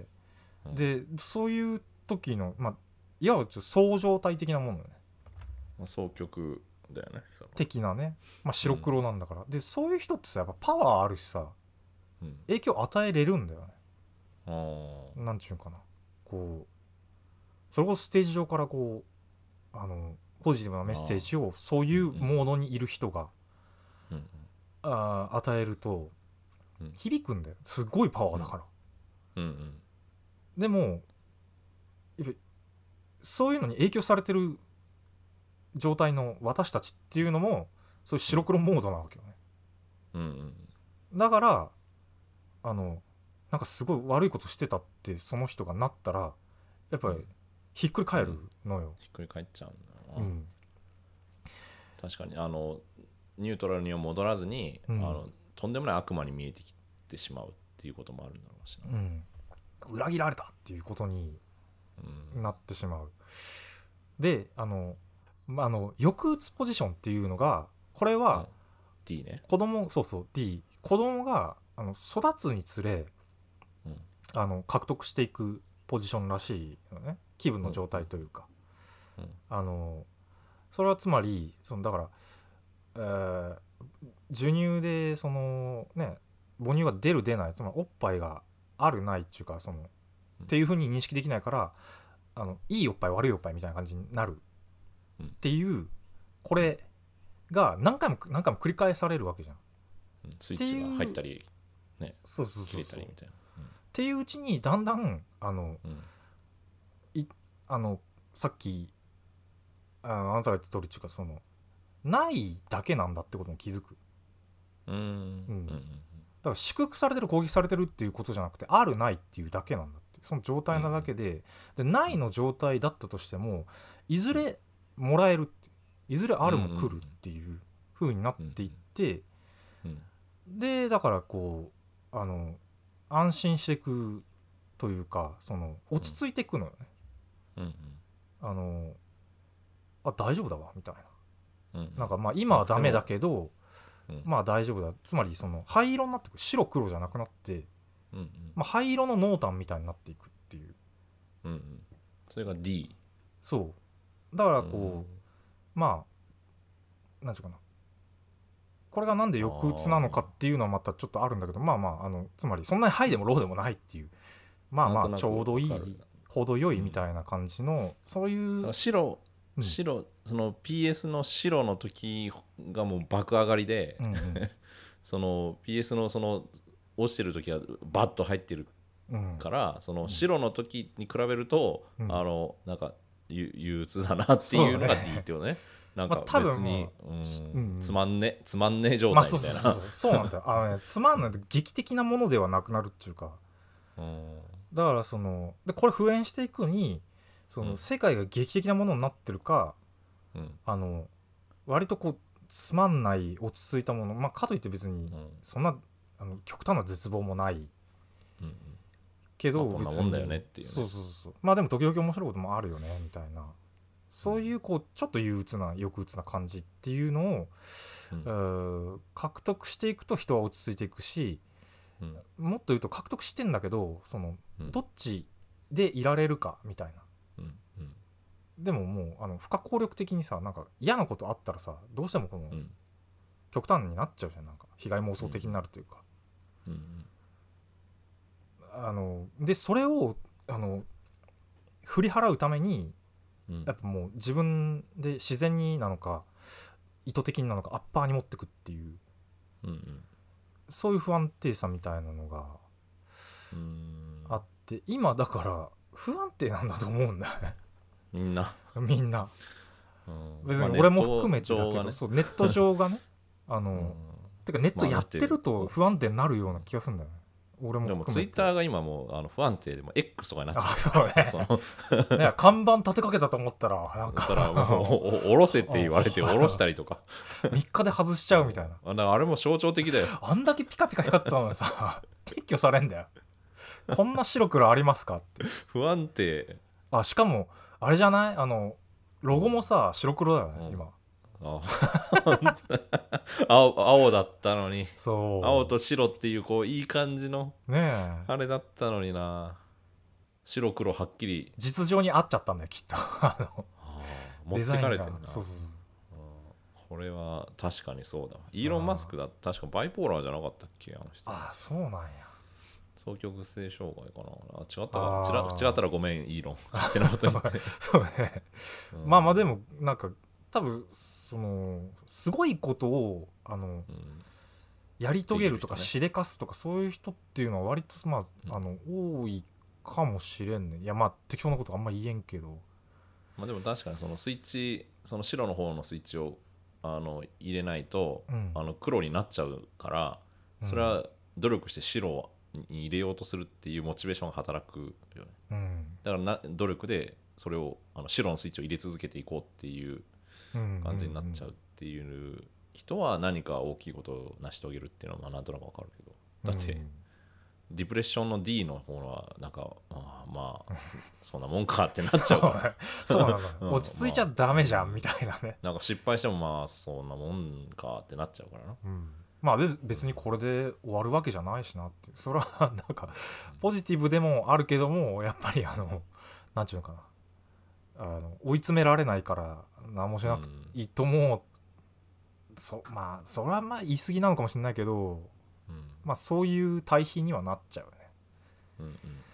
でそういう時のいわゆる相乗体的なものね、 双極だよね的なね、白黒なんだから、でそういう人ってさやっぱパワーあるしさ、影響与えれるんだよね。なんちゅうかな、こうそれこそステージ上からこうポジティブなメッセージをそういうモードにいる人が、与えると響くんだよ。すごいパワーだから、でもそういうのに影響されてる状態の私たちっていうのもそういう白黒モードなわけよね、だからなんかすごい悪いことしてたってその人がなったらやっぱりひっくり返るのよ、 ひっくり返っちゃうんだな、確かにニュートラルには戻らずに、とんでもない悪魔に見えてきてしまうっていうこともあるんだろうしな、 裏切られたっていうことになってしまう。で抑うつポジションっていうのがこれは、 D ね、 子供D 子供が育つにつれ、獲得していくポジションらしいよね、気分の状態というか、それはつまりだから、授乳で母乳が出る出ない、つまりおっぱいがあるないっていうかっていう風に認識できないからいいおっぱい悪いおっぱいみたいな感じになるっていう、これが何回も繰り返されるわけじゃん、 スイッチが入ったりね、切れたりみたいな、 っていううちにだんだんさっきあなたが言った通りっていうかないだけなんだってことに気づく。だから祝福されてる攻撃されてるっていうことじゃなくてあるないっていうだけなんだって、その状態なだけで、ないの状態だったとしてもいずれもらえるって、いずれあるも来るっていう風になっていって、でだからこう安心していくというか落ち着いていくのよね、大丈夫だわみたいな、なんか今はダメだけど大丈夫だ、つまり灰色になってくる、白黒じゃなくなって、灰色の濃淡みたいになっていくっていう、 それが D。 そうだからこう、なんていうかな、これがなんで抑うつなのかっていうのはまたちょっとあるんだけど、つまりそんなにハイでもローでもないっていう、ちょうどいい程よいみたいな感じの、そういう白その PS の白の時がもう爆上がりで、その PS の落ちてる時はバッと入ってるから、その白の時に比べると、なんか憂鬱だなっていうのが D ってことね。なんか別に、つまんねえ状態みたいな。 そうなんだよ。つまんない劇的なものではなくなるっていうか、だからでこれ普遍していくに世界が劇的なものになってるか、割とこうつまんない落ち着いたもの、かといって別にそんな極端な絶望もない、けどこんなもんだよねっていうね。 そうでも時々面白いこともあるよねみたいな、そういうこうちょっと憂鬱な抑うつな感じっていうのを、獲得していくと人は落ち着いていくし、もっと言うと獲得してんだけどどっちでいられるかみたいな、でももう不可抗力的にさ、なんか嫌なことあったらさどうしてもこの、極端になっちゃうじゃん、なんか被害妄想的になるというか、でそれを振り払うために、やっぱもう自分で自然になのか意図的になのかアッパーに持ってくっていう、そういう不安定さみたいなのがあって、今だから不安定なんだと思うんだよねみんな、別に俺も含めてだけど、ネット上がねてかネットやってると不安定になるような気がするんだよね。 俺もでもツイッターが今もう不安定でも X とかになっちゃう。 そうねそのね、看板立てかけたと思ったらなんかだからもう下ろせって言われて下ろしたりとか 3日で外しちゃうみたいな。 だからあれも象徴的だよ。 あんだけピカピカ光ってたのにさ撤去されんだよ。こんな白黒ありますかって。 不安定。 しかもあれじゃない、ロゴもさ白黒だよね、今。 青だったのに。 そう青と白っていうこういい感じのねあれだったのにな。白黒はっきり実情に合っちゃったんだよきっと持ってかれてるな。 そうこれは確かにそうだ。イーロン・マスクだ確かバイポーラーじゃなかったっけ、あの人。 そうなんや。 双極性障害かな。違ったか。違ったらごめんイーロン勝手なこと言ってそうね、まあでもなんか多分そのすごいことをやり遂げるとかしでかすとかそういう人っていうのは割と多いかもしれんね。いや適当なことあんま言えんけど、 でも確かにそのスイッチ、その白の方のスイッチを入れないと、黒になっちゃうから、それは努力して白に入れようとするっていうモチベーションが働くよね。だから努力でそれを白のスイッチを入れ続けていこうっていう感じになっちゃうっていう人は何か大きいことを成し遂げるっていうのはなんとなくわかるけど、だってディプレッションの D の方はなんかそんなもんかってなっちゃうからそうなの、落ち着いちゃダメじゃんみたいなね。 なんか失敗してもそんなもんかってなっちゃうからな。 別にこれで終わるわけじゃないしなっていう。それはなんかポジティブでもあるけども、やっぱりなんていうのかな、追い詰められないから何もしなくていいとも、それは言い過ぎなのかもしれないけど、そういう対比にはなっちゃうよね。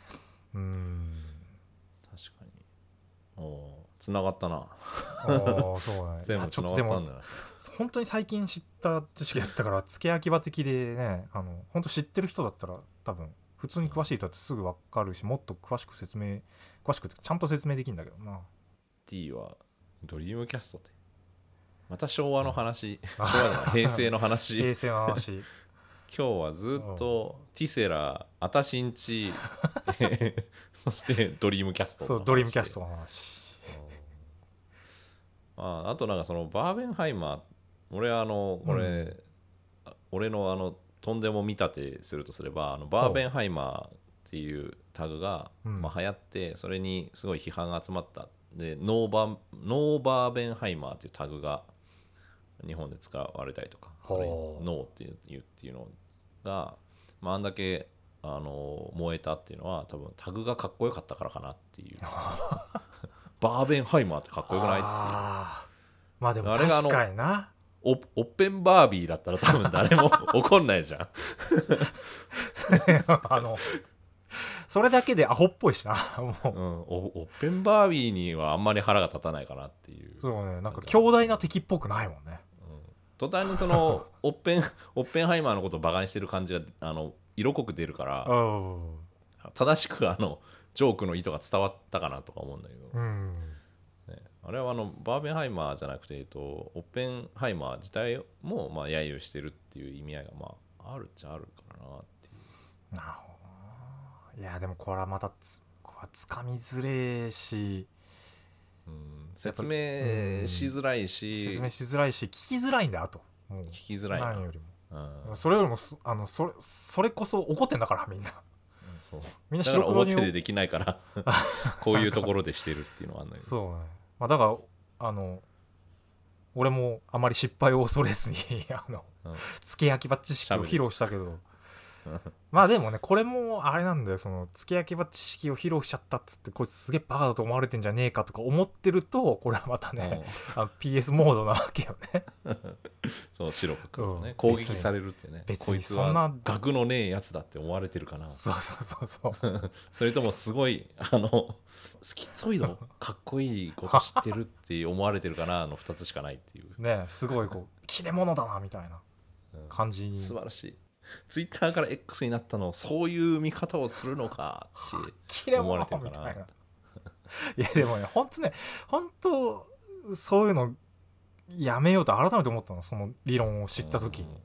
確かに。つながったな。 そうね。 全部つながったんだな。 本当に最近知った知識だったから、付け焼き場的でね、本当知ってる人だったら多分普通に詳しい人だってすぐ分かるし、もっと詳しくちゃんと説明できるんだけどな。 T はドリームキャストってまた昭和の話、昭和じゃない平成の話平成の話今日はずっとティセラ、アタシンチそしてドリームキャストの話。 そう、ドリームキャストの話。 あとなんかそのバーベンハイマー、俺これ、俺のとんでも見立てするとすれば、バーベンハイマーっていうタグが、流行って、それにすごい批判が集まったで、ノーバーベンハイマーっていうタグが日本で使われたりとか、ノーっていうのが、あんだけ燃えたっていうのは多分タグがかっこよかったからかなっていうバーベンハイマーってかっこよくないっていう。 でも確かにな。 オッペンバービーだったら多分誰も怒んないじゃんそれだけでアホっぽいしなもう、 オッペンバービーにはあんまり腹が立たないかなっていう。 そうね、なんか強大な敵っぽくないもんね。 途端にそのオッペンハイマーのことをバカにしてる感じが色濃く出るから正しくジョークの意図が伝わったかなとか思うんだけど、あれはバーベンハイマーじゃなくて、オッペンハイマー自体も揶揄してるっていう意味合いがあるっちゃあるからなっていう。 なるほど。いやでもこれはまたつかみづれし、 説明しづらいし、 聞きづらいんだよ。あともう聞きづらいな。 何よりも、それよりもそれこそ怒ってんだからみんな。 そうみんな白黒に表でできないからこういうところでしてるっていうのはあるんだけど。 そうね。だから俺もあまり失敗を恐れずに付け焼き場知識を披露したけどでもね、これもあれなんだよ。その付け焼き場知識を披露しちゃったっつってこいつすげえバカだと思われてんじゃねえかとか思ってると、これはまたねPS モードなわけよねそう、白く黒ね、攻撃されるってね。こいつは学のねえやつだって思われてるかな。 そうそれともすごいスキゾイドかっこいいこと知ってるって思われてるかなの2つしかないっていうね。すごい切れ者だなみたいな感じに、 素晴らしい。ツイッターから X になったのそういう見方をするのかって思われてるかな。いやでもね、本当そういうのやめようと改めて思ったの、その理論を知った時に。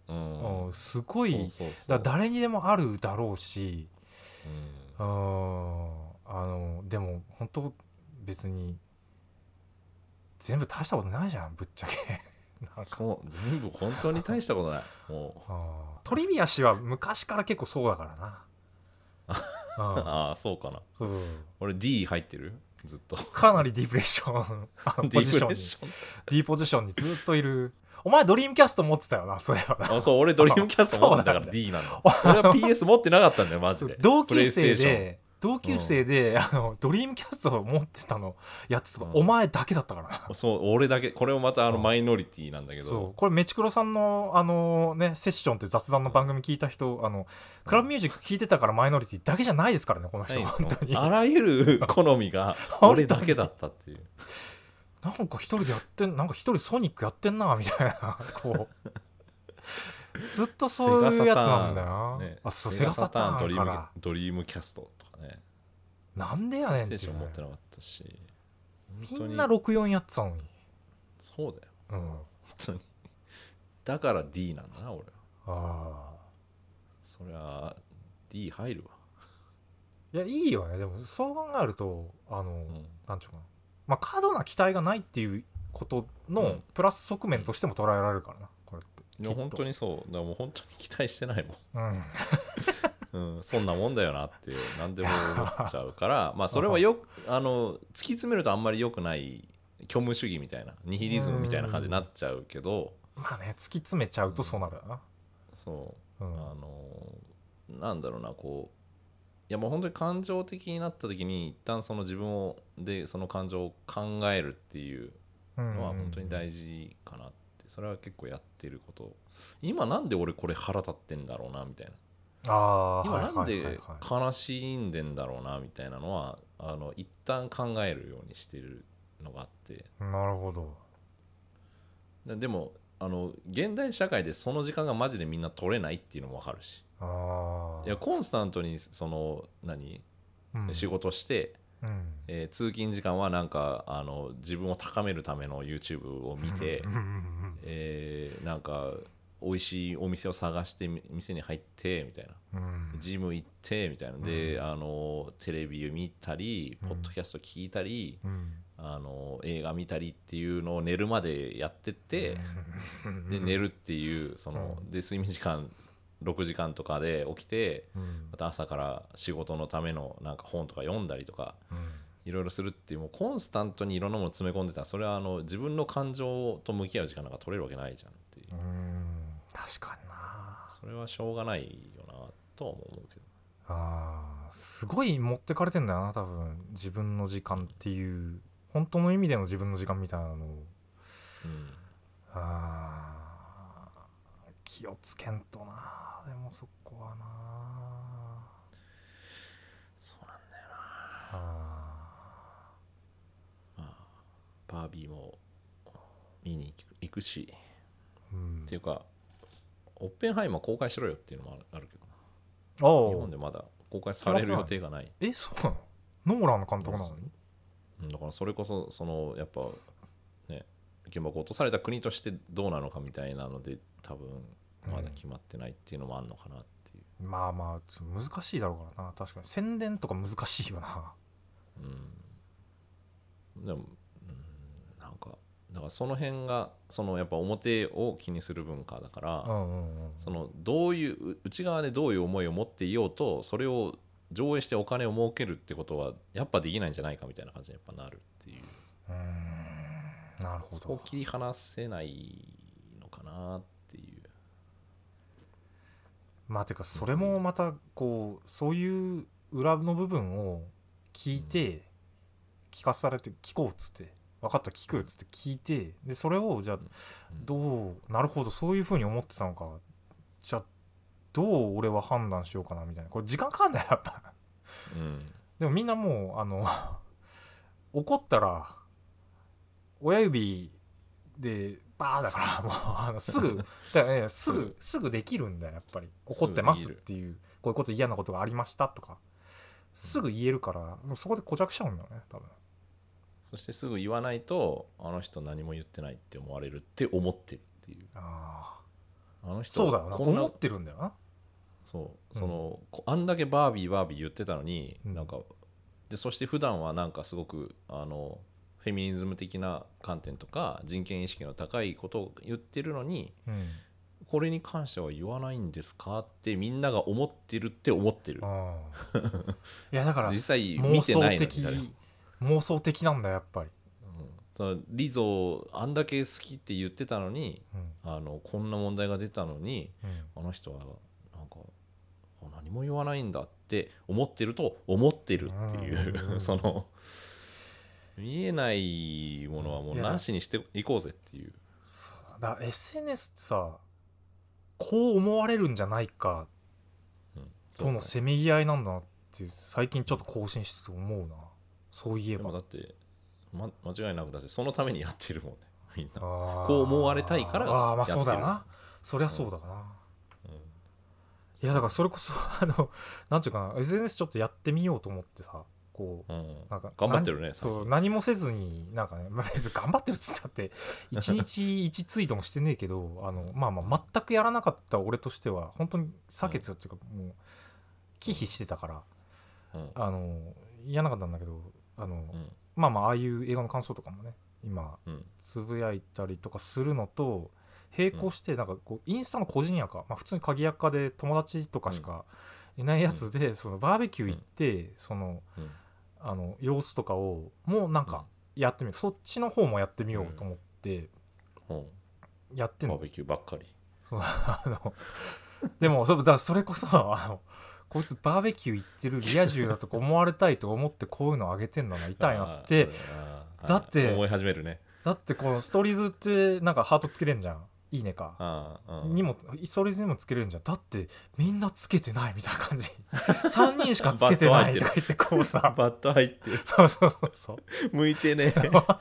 すごいだ誰にでもあるだろうし、でも本当別に全部大したことないじゃんぶっちゃけなんかそう全部本当に大したことないもうトリビア氏は昔から結構そうだからなああそうかな。 そう俺 D 入ってるずっとかなりディープレッションポジションにディーポジションにずっといる。お前ドリームキャスト持ってたよなそういえばな。 あそう俺ドリームキャスト持ってたから D なんだ。俺は PS 持ってなかったんだよマジで。 同級生でドリームキャストを持ってたのやってたの、お前だけだったからな。 そう俺だけ。これもまたマイノリティなんだけど、 そうこれメチクロさんのねセッションって雑談の番組聞いた人クラブミュージック聞いてたからマイノリティだけじゃないですからねこの人、本当にあらゆる好みが俺だけだったっていうなんか一人でやってんなんか一人ソニックやってんなみたいなこうずっとそういうやつなんだよ、ね、そうセガサターンからドリームキャストとかね。 なんでやねんっていう、ね、 ステーション持ってなかったしみんな64やってたのに。 そうだよ、本当にだから D なんだな俺は。そりゃ D 入るわ。 いやいいよね。でもそう考えるとなんていうかな、まあ過度な期待がないっていうことのプラス側面としても捉えられるからな、これって。 いや本当にそうだからもう本当に期待してないもん、そんなもんだよなって何でも思っちゃうからまあそれは突き詰めるとあんまり良くない虚無主義みたいなニヒリズムみたいな感じになっちゃうけど、 まあね突き詰めちゃうとそうなるよな、 そう、なんだろうなこういやもう本当に感情的になった時に一旦その自分でその感情を考えるっていうのは本当に大事かなって、それは結構やってること。今なんで俺これ腹立ってんだろうなみたいな、今なんで悲しんでんだろうなみたいなのは一旦考えるようにしてるのがあって。 なるほど。 でも現代社会でその時間がマジでみんな取れないっていうのも分かるし、いやコンスタントに仕事して、通勤時間はなんか自分を高めるための YouTube を見てなんか美味しいお店を探して店に入ってみたいな、ジム行ってみたいなで、テレビを見たりポッドキャスト聞いたり、映画見たりっていうのを寝るまでやってってで寝るっていうで睡眠時間6時間とかで起きて、また朝から仕事のためのなんか本とか読んだりとか、いろいろするっていうもうコンスタントにいろんなもの詰め込んでたらそれは自分の感情と向き合う時間なんか取れるわけないじゃんっていう。 確かにな。 それはしょうがないよなとは思うけど。 すごい持ってかれてんだよな多分自分の時間っていう本当の意味での自分の時間みたいなのを、気をつけんとな。でもそこはなそうなんだよな。まあバービーも見に行くし、っていうかオッペンハイマー公開しろよっていうのもあるけどな。日本でまだ公開される予定がない。 そうなの？ノーランの監督なのに？ だからそれこそやっぱね原爆落とされた国としてどうなのかみたいなので多分まだ決まってないっていうのもあるのかなっていう、 まあ難しいだろうからな。確かに宣伝とか難しいよな。 でもなんかだからその辺がやっぱ表を気にする文化だから、どういう内側でどういう思いを持っていようとそれを上映してお金を儲けるってことはやっぱできないんじゃないかみたいな感じにやっぱなるっていう。 なるほど。 そこを切り離せないのかなっていう。 まあてかそれもまたこうそういう裏の部分を聞いて、聞かされて聞こうっつって分かった聞くっつって聞いて、でそれをじゃあなるほどそういう風に思ってたのか、じゃあどう俺は判断しようかなみたいな。これ時間かかんないやっぱでもみんなもう怒ったら親指でバーだからもうすぐだから、ね、すぐできるんだよやっぱり。怒ってますっていうこういうこと嫌なことがありましたとかすぐ言えるから、もうそこで固着しちゃうんだよね多分。 そしてすぐ言わないとあの人何も言ってないって思われるって思ってるっていう。 あの人そうだよな、思ってるんだよな。 そう、そのあんだけバービー言ってたのに、なんかでそして普段はなんかすごくフェミニズム的な観点とか人権意識の高いことを言ってるのに、これに関しては言わないんですかってみんなが思ってるって思ってる。 いやだから実際見てないのに妄想的なんだやっぱり。 リゾあんだけ好きって言ってたのに、こんな問題が出たのに、あの人はなんか何も言わないんだって思ってると思ってるっていうその見えないものはもうなしにしていこうぜっていう。 だから SNS ってさ、こう思われるんじゃないかとのせめぎ合いなんだなって最近ちょっと更新してて思うな。そういえばでもだって間違いなくだってそのためにやってるもんね、みんなこう思われたいからやってる。 そうだよな、そりゃそうだな、いやだからそれこそなんていうかな、 SNS ちょっとやってみようと思ってさ、こう、なんか頑張ってるね。 そう何もせずになんかね、別に頑張ってるっつったって1日1ツイートもしてねえけど全くやらなかった俺としては本当に避けてたっていうか、もう忌避してたから、やらなかったんだけど、ああいう映画の感想とかもね今つぶやいたりとかするのと並行して、なんかこうインスタの個人アカ、普通に鍵アカで友達とかしかいないやつで、そのバーベキュー行って、その様子とかをもうなんかやってみる、そっちの方もやってみようと思ってやってんの。 バーベキューばっかり。 でもそれこそこいつバーベキュー行ってるリア充だとか思われたいと思ってこういうのを上げてんだな、痛いなって。だって思い始めるね。 だってこのストーリーズってなんかハートつけれんじゃん、いいねかにもストーリーズにもつけれるんじゃん。だってみんなつけてないみたいな感じ3人しかつけてないとか言ってこうさバット入ってる。 そう向いてね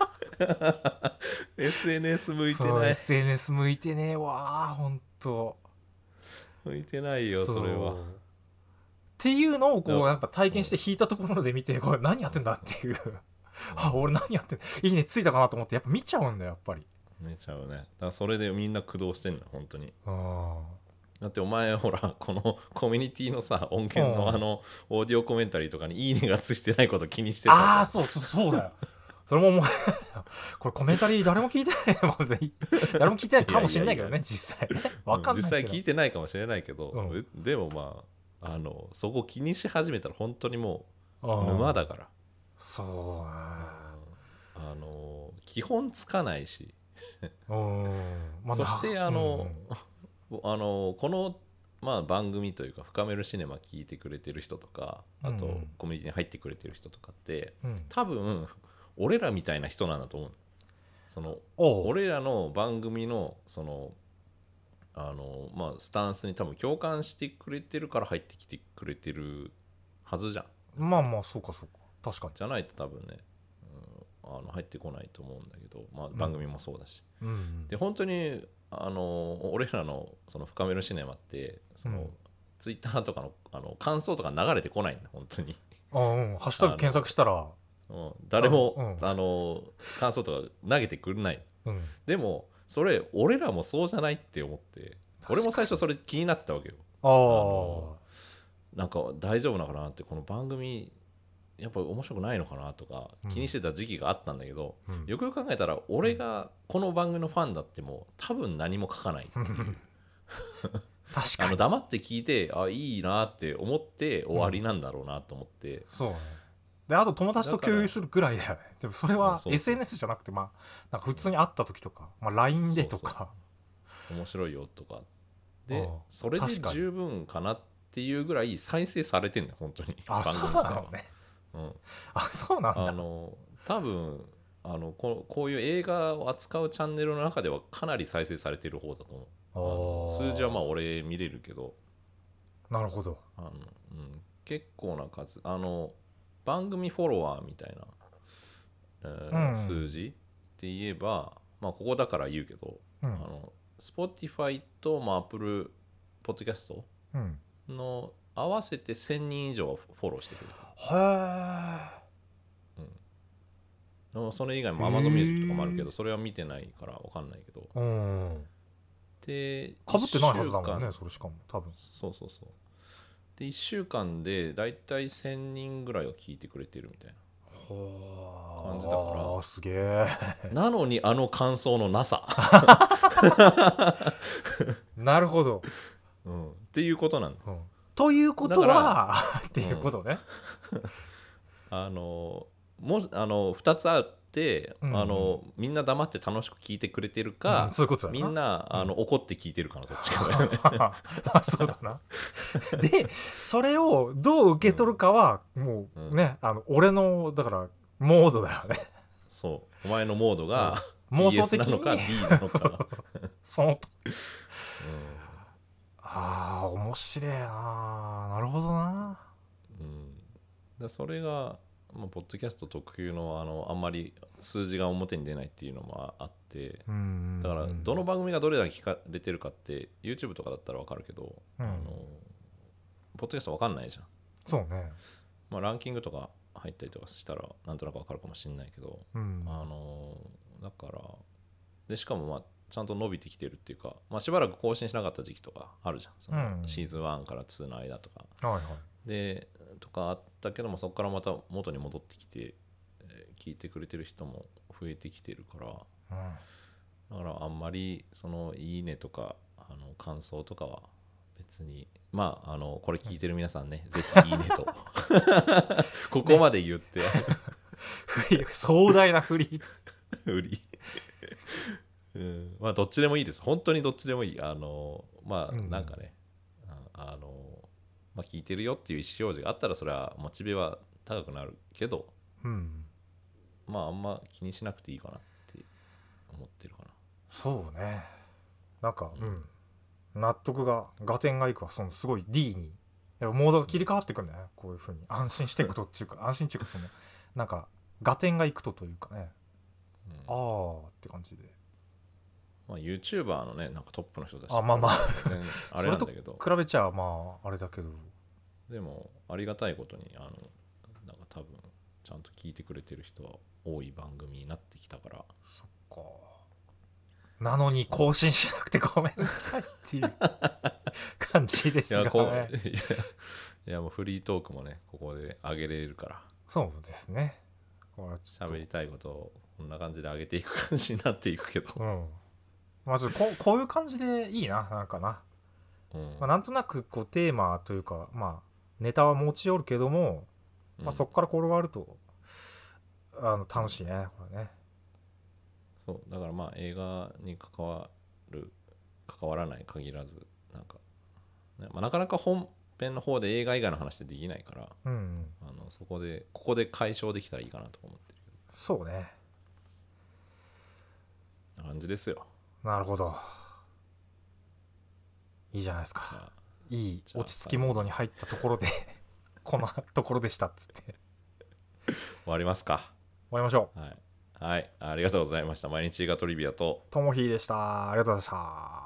SNS 向いてない。 SNS 向いてねえわほんと向いてないよそれは。 っていうのをこうやっぱ体験して引いたところで見て、これ何やってんだっていう俺何やってんいいねついたかなと思ってやっぱ見ちゃうんだよ、やっぱり見ちゃうね。だからそれでみんな駆動してんの本当に。だってお前ほらこのコミュニティのさ音源のオーディオコメンタリーとかにいいねがついてないこと気にしてた。 そうだよそれももうこれコメンタリー誰も聞いてない誰も聞いてないかもしれないけどね、実際わかんないけど、 実際聞いてないかもしれないけど、でもそこ気にし始めたら本当にもう沼だから。 そう基本つかないしそしてこの番組というか深めるシネマ聞いてくれてる人とか、あとコミュニティに入ってくれてる人とかって、多分俺らみたいな人なんだと思う。その俺らの番組のそのスタンスに多分共感してくれてるから入ってきてくれてるはずじゃん。 そうか確かに。 じゃないと多分ね、入ってこないと思うんだけど、番組もそうだし、で本当に俺らのその深めるシネマってその、ツイッターとかの感想とか流れてこないんだ本当に。 ハッシュタグ検索したら誰も感想とか投げてくれない、でもそれ俺らもそうじゃないって思って、俺も最初それ気になってたわけよ。なんか大丈夫なのかなって、この番組やっぱ面白くないのかなとか気にしてた時期があったんだけど、よくよく考えたら俺がこの番組のファンだっても多分何も書かない確かに黙って聞いていいなって思って終わりなんだろうなと思って、 そうね。であと友達と共有するぐらいだよね。でもそれは SNS じゃなくてなんか普通に会った時とか、LINE でとか面白いよとかで、それで十分かなっていうぐらい再生されてんだ本当に番組自体は。そうなんだ。多分こういう映画を扱うチャンネルの中ではかなり再生されてる方だと思う。数字は俺見れるけど。 なるほど。 結構な数番組フォロワーみたいな、数字って言えばここだから言うけど、Spotify とApple Podcast の合わせて1000人以上フォローしてくれてる。それ以外も Amazon Music とかもあるけど、それは見てないから分かんないけど、 でかぶってないはずだもんねそれしかも多分。 そうそうそう。で1週間でだいたい1000人ぐらいは聞いてくれてるみたいな感じだから。 すげえ。 なのに感想のなさなるほど、 っていうことなんだ、 ということはっていうことね、 も2つあって、みんな黙って楽しく聞いてくれてるか、 そういうことだな。 みんな怒って聞いてるかのどっちかだよねそうだな。でそれをどう受け取るかはもうね、俺のだからモードだよね。 そうお前のモードが、 妄想的に BS なのか D なのかその面白いな。なるほどな。 それが、ポッドキャスト特有のあんまり数字が表に出ないっていうのもあって、だからどの番組がどれだけ聞かれてるかって YouTube とかだったら分かるけど、ポッドキャスト分かんないじゃん。 そうね。 ランキングとか入ったりとかしたらなんとなく分かるかもしれないけど、だからでしかもちゃんと伸びてきてるっていうか、しばらく更新しなかった時期とかあるじゃん。そのシーズン1から2の間とか、でとかあったけども、そこからまた元に戻ってきて、聞いてくれてる人も増えてきてるから、だからあんまりそのいいねとか感想とかは別にこれ聞いてる皆さんね、ぜひいいねとここまで言って、 壮大な振りどっちでもいいです。本当にどっちでもいい。なんかね、聞いてるよっていう意思表示があったらそれはモチベは高くなるけど、あんま気にしなくていいかなって思ってるかな。 そうね。なんか納得が合点がいくわ。そのすごい D にモードが切り替わってくるんだよね。こういう風に安心していくとっていうか安心っていうかそのなんか合点がいくというかね、って感じで。 YouTuber のねなんかトップの人だし、 あれなんだけど、比べちゃあれだけど、 でもありがたいことになんか多分ちゃんと聞いてくれてる人は多い番組になってきたから。 そっか。なのに更新しなくてごめんなさいっていう感じですがね。 いやもうフリートークもねここで上げれるから。 そうですね。 喋りたいことをこんな感じで上げていく感じになっていくけど、 ちょっとこういう感じでいいな、なんかな、なんとなくこうテーマというかネタは持ち寄るけども、そこから転がると楽しいねこれね。 そうだから映画に関わらない限らずなんか、ね、なかなか本編の方で映画以外の話ってできないから、ここで解消できたらいいかなと思ってるけど。 そうね。 な感じですよ。 なるほど。いいじゃないですか。いい落ち着きモードに入ったところでこのところでしたっつって終わりますか。 終わりましょう。はい、ありがとうございました。毎日映画トリビアとともひーでした。ありがとうございました。